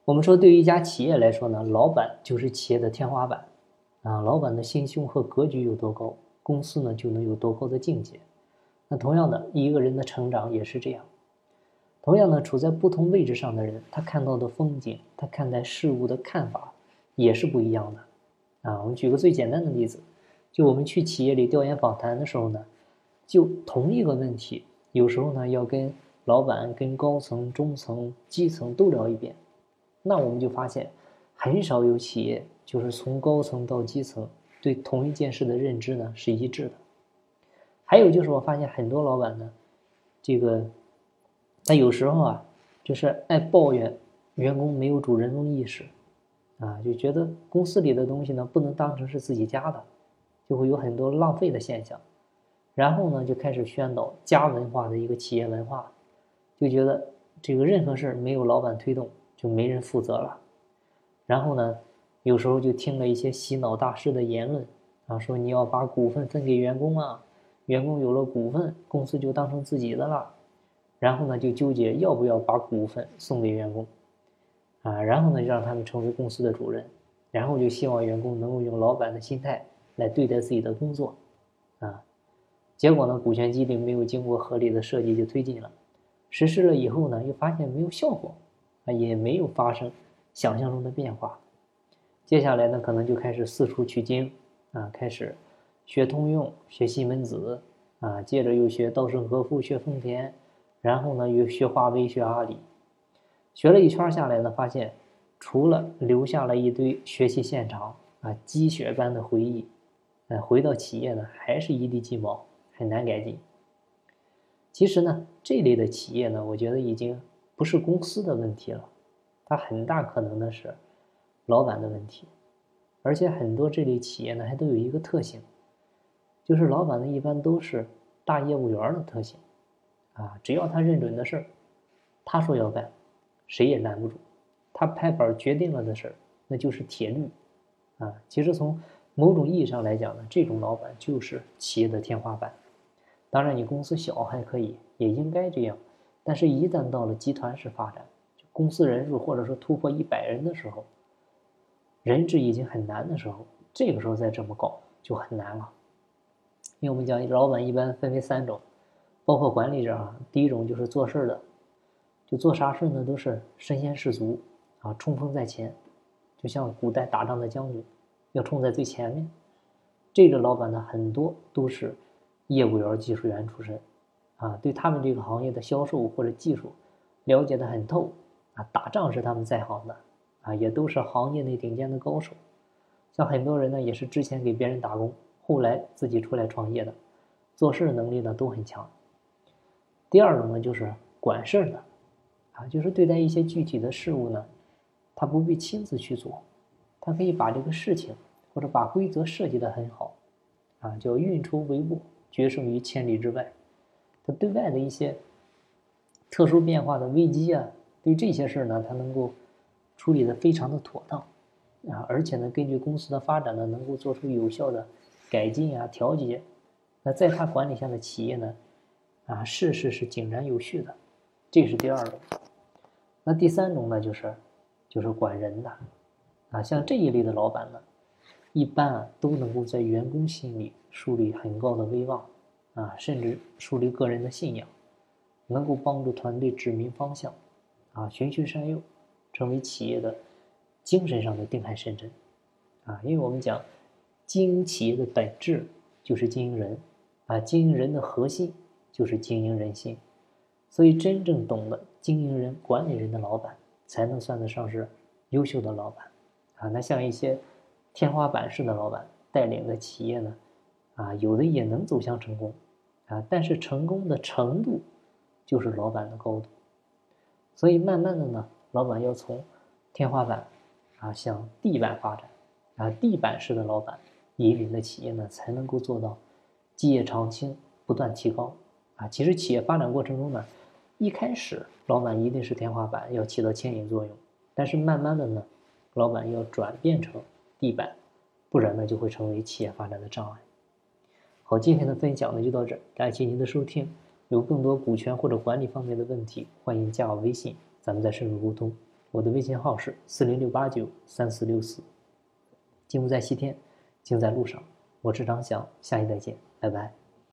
我们说，对于一家企业来说呢，老板就是企业的天花板啊。老板的心胸和格局有多高，公司呢就能有多高的境界。那同样的，一个人的成长也是这样。同样呢，处在不同位置上的人，他看到的风景，他看待事物的看法也是不一样的啊。我们举个最简单的例子，就我们去企业里调研访谈的时候呢，就同一个问题，有时候呢要跟老板、跟高层、中层、基层都聊一遍。那我们就发现，很少有企业就是从高层到基层对同一件事的认知呢是一致的。还有就是我发现很多老板呢，这个他有时候啊，就是爱抱怨员工没有主人翁意识啊，就觉得公司里的东西呢不能当成是自己家的，就会有很多浪费的现象。然后呢，就开始宣导家文化的一个企业文化，就觉得这个任何事没有老板推动，就没人负责了。然后呢，有时候就听了一些洗脑大师的言论啊，说你要把股份分给员工啊，员工有了股份，公司就当成自己的了。然后呢，就纠结要不要把股份送给员工啊，然后呢，让他们成为公司的主人，然后就希望员工能够用老板的心态来对待自己的工作啊。结果呢，股权激励没有经过合理的设计就推进了，实施了以后呢，又发现没有效果啊，也没有发生想象中的变化。接下来呢，可能就开始四处取经啊，开始学通用、学西门子啊，接着又学稻盛和夫、学丰田，然后呢又学华为、学阿里。学了一圈下来呢，发现除了留下了一堆学习现场啊积雪般的回忆，回到企业呢还是一地鸡毛，很难改进。其实呢，这类的企业呢，我觉得已经不是公司的问题了，它很大可能呢是老板的问题。而且很多这类企业呢还都有一个特性，就是老板呢一般都是大业务员的特性啊，只要他认准的事儿，他说要干，谁也拦不住。他拍板决定了的事儿，那就是铁律啊。其实从某种意义上来讲呢，这种老板就是企业的天花板。当然，你公司小还可以，也应该这样。但是，一旦到了集团式发展，公司人数或者说突破100人的时候，人质已经很难的时候，这个时候再这么搞就很难了。因为我们讲老板一般分为3种，包括管理者啊。第一种就是做事的，就做啥事呢都是身先士卒啊，冲锋在前，就像古代打仗的将军，要冲在最前面。这个老板呢，很多都是业务员、技术员出身啊，对他们这个行业的销售或者技术了解得很透啊，打仗是他们在行的啊，也都是行业内顶尖的高手。像很多人呢，也是之前给别人打工，后来自己出来创业的，做事能力呢都很强。第二种呢，就是管事的啊，就是对待一些具体的事物呢，他不必亲自去做，他可以把这个事情或者把规则设计得很好啊，叫运筹帷幄，决胜于千里之外。他对外的一些特殊变化的危机啊，对这些事呢，他能够处理得非常的妥当啊，而且呢，根据公司的发展呢，能够做出有效的改进啊、调节。那在他管理下的企业呢，啊，事事是井然有序的，这是第二种。那第三种呢，就是管人的啊，像这一类的老板呢，一般啊都能够在员工心里树立很高的威望啊，甚至树立个人的信仰，能够帮助团队指明方向啊，循循善诱，成为企业的精神上的定海神针啊。因为我们讲，经营企业的本质就是经营人啊，经营人的核心就是经营人心。所以，真正懂得经营人、管理人的老板，才能算得上是优秀的老板啊。那像一些天花板式的老板带领的企业呢，啊，有的也能走向成功啊，但是成功的程度就是老板的高度。所以，慢慢的呢，老板要从天花板啊向地板发展啊，地板式的老板引领的企业呢，才能够做到基业长青，不断提高啊。其实，企业发展过程中呢，一开始老板一定是天花板，要起到牵引作用，但是慢慢的呢，老板要转变成地板，不然呢就会成为企业发展的障碍。好，今天的分享呢就到这儿，感谢您的收听。有更多股权或者管理方面的问题，欢迎加我微信，咱们再深入沟通。 我的微信号是406893464。金不在西天，金在路上。我是张翔，下期再见，拜拜。